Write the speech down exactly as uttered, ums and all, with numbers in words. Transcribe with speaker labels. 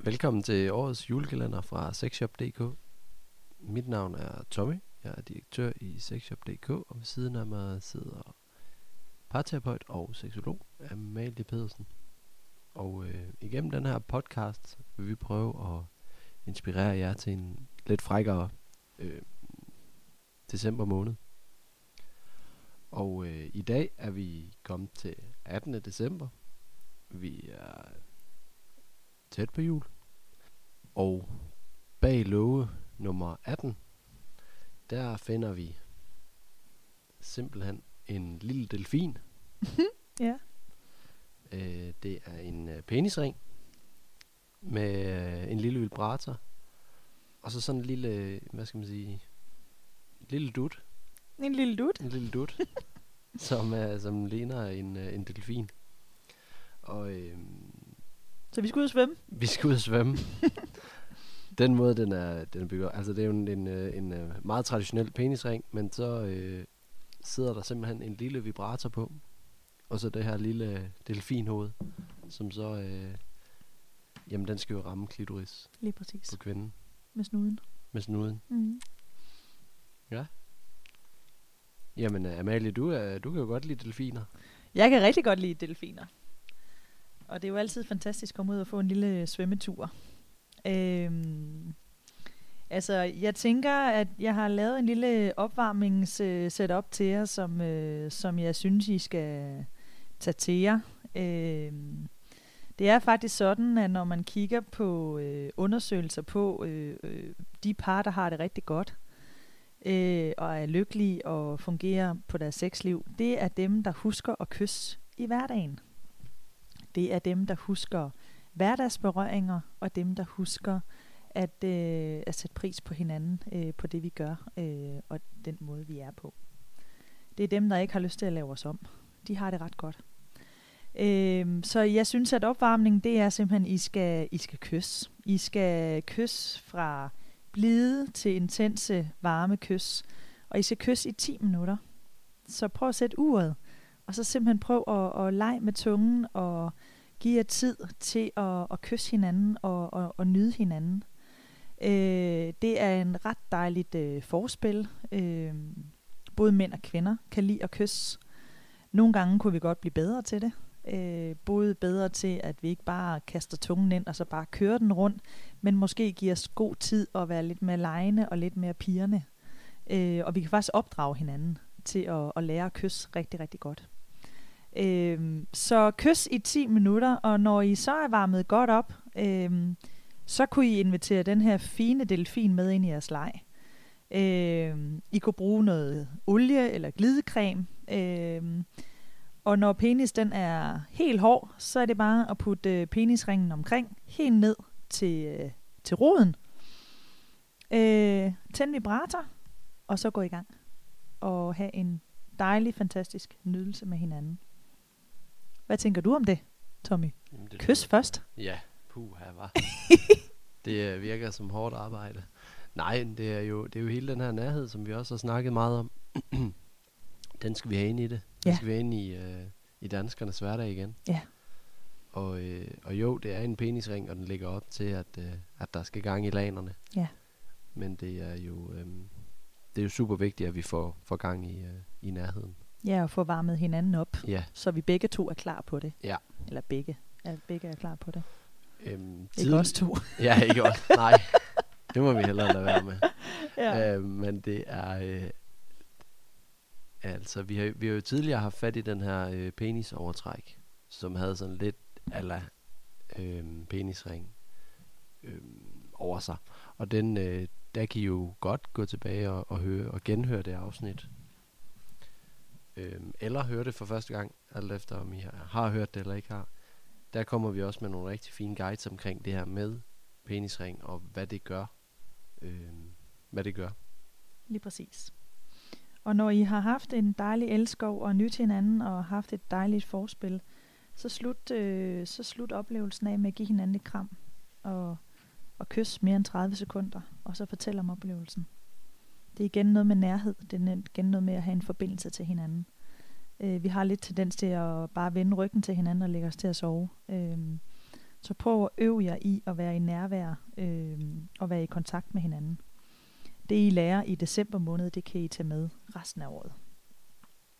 Speaker 1: Velkommen til årets julekalender fra sexshop punktum d k. Mit navn er Tommy. Jeg er direktør i sexshop punktum d k, og ved siden af mig sidder parterapeut og seksolog Amalie Pedersen. Og øh, igennem den her podcast vil vi prøve at inspirere jer til en lidt frækkere øh, december måned. Og øh, i dag er vi kommet til attende december. Vi er tæt på jul. Og bag låge nummer atten, der finder vi simpelthen en lille delfin.
Speaker 2: Ja.
Speaker 1: Øh, det er en øh, penisring med øh, en lille vibrator. Og så sådan en lille, hvad skal man sige, lille dut.
Speaker 2: En lille dut.
Speaker 1: En lille dut, som, øh, som ligner en, øh, en delfin. Og øh,
Speaker 2: Så vi skal ud og svømme.
Speaker 1: vi skal ud og svømme. Den måde, den er, den er bygget. Altså, det er jo en, en, en, en meget traditionel penisring, men så øh, sidder der simpelthen en lille vibrator på. Og så det her lille delfinhoved, som så, øh, jamen, den skal jo ramme klitoris
Speaker 2: Lige præcis.
Speaker 1: på kvinden
Speaker 2: Med snuden.
Speaker 1: med snuden.
Speaker 2: Mm.
Speaker 1: Jamen, øh, Amalie, du, er, du kan jo godt lide delfiner.
Speaker 2: Jeg kan rigtig godt lide delfiner. Og det er jo altid fantastisk at komme ud og få en lille svømmetur. Øhm, altså, jeg tænker, at jeg har lavet en lille opvarmnings-setup til jer, som, øh, som jeg synes, I skal tage til jer. Øhm, det er faktisk sådan, at når man kigger på øh, undersøgelser på øh, øh, de par, der har det rigtig godt, øh, og er lykkelige og fungerer på deres sexliv, det er dem, der husker at kysse i hverdagen. Det er dem, der husker hverdagsberøringer, og dem, der husker at, øh, at sætte pris på hinanden, øh, på det vi gør, øh, og den måde vi er på. Det er dem, der ikke har lyst til at lave os om. De har det ret godt. Øh, så jeg synes, at opvarmning, det er simpelthen, I skal, I skal kysse. I skal kysse fra blide til intense, varme kys. Og I skal kysse i ti minutter. Så prøv at sætte uret, og så simpelthen prøv at, at lege med tungen, og give jer tid til at, at kysse hinanden og, og, og nyde hinanden. Øh, det er en ret dejligt øh, forspil. Øh, både mænd og kvinder kan lide at kysse. Nogle gange kunne vi godt blive bedre til det. Øh, både bedre til, at vi ikke bare kaster tungen ind, og så bare kører den rundt, men måske giver os god tid at være lidt mere legende og lidt mere pigerne. Øh, og vi kan faktisk opdrage hinanden til at, at lære at kysse rigtig, rigtig godt. Øhm, så kys i ti minutter, og når I så er varmet godt op, øhm, så kunne I invitere den her fine delfin med ind i jeres leg. Øhm, I kunne bruge noget olie eller glidecreme, øhm, og når penis den er helt hård, så er det bare at putte øh, penisringen omkring, helt ned til, øh, til roden. Øh, tænd vibrator, og så gå i gang og have en dejlig, fantastisk nydelse med hinanden. Hvad tænker du om det, Tommy?
Speaker 1: Jamen, det
Speaker 2: Kys
Speaker 1: lyder-
Speaker 2: først.
Speaker 1: Ja, puha, var. Det øh, virker som hårdt arbejde. Nej, det er, jo, det er jo hele den her nærhed, som vi også har snakket meget om. Den skal vi have ind i det. Den
Speaker 2: Ja.
Speaker 1: skal vi have ind i, øh, i danskernes hverdag igen.
Speaker 2: Ja.
Speaker 1: Og, øh, og jo, det er en penisring, og den ligger op til, at, øh, at der skal gang i lanerne.
Speaker 2: Ja.
Speaker 1: Men det er jo, øh, det er jo super vigtigt, at vi får, får gang i, øh, i nærheden.
Speaker 2: Ja, og få varmet hinanden op,
Speaker 1: Ja.
Speaker 2: så vi begge to er klar på det.
Speaker 1: Ja.
Speaker 2: Eller begge. Ja, begge er klar på det.
Speaker 1: Øhm,
Speaker 2: Ikke os to.
Speaker 1: Ja, ikke også. Nej, det må vi hellere lade være med.
Speaker 2: Ja.
Speaker 1: Øh, men det er... Øh, altså, vi har, vi har jo tidligere haft fat i den her øh, penisovertræk, som havde sådan lidt ala øh, penisring øh, over sig. Og den, øh, der kan I jo godt gå tilbage og, og høre og genhøre det afsnit. Øh, eller høre det for første gang, alt efter om I har, har hørt det eller ikke har. Der kommer vi også med nogle rigtig fine guides omkring det her med penisring, og hvad det gør. Øh, hvad det gør.
Speaker 2: Lige præcis. Og når I har haft en dejlig elskov og nyt hinanden, og haft et dejligt forspil, så slut, øh, så slut oplevelsen af med at give hinanden et kram, og, og kysse mere end tredive sekunder, og så fortælle om oplevelsen. Det er igen noget med nærhed, det er igen noget med at have en forbindelse til hinanden. Øh, vi har lidt tendens til at bare vende ryggen til hinanden og lægge os til at sove. Øh, Så prøv at øve jer i at være i nærvær øh, og være i kontakt med hinanden. Det I lærer i december måned, det kan I tage med resten af året.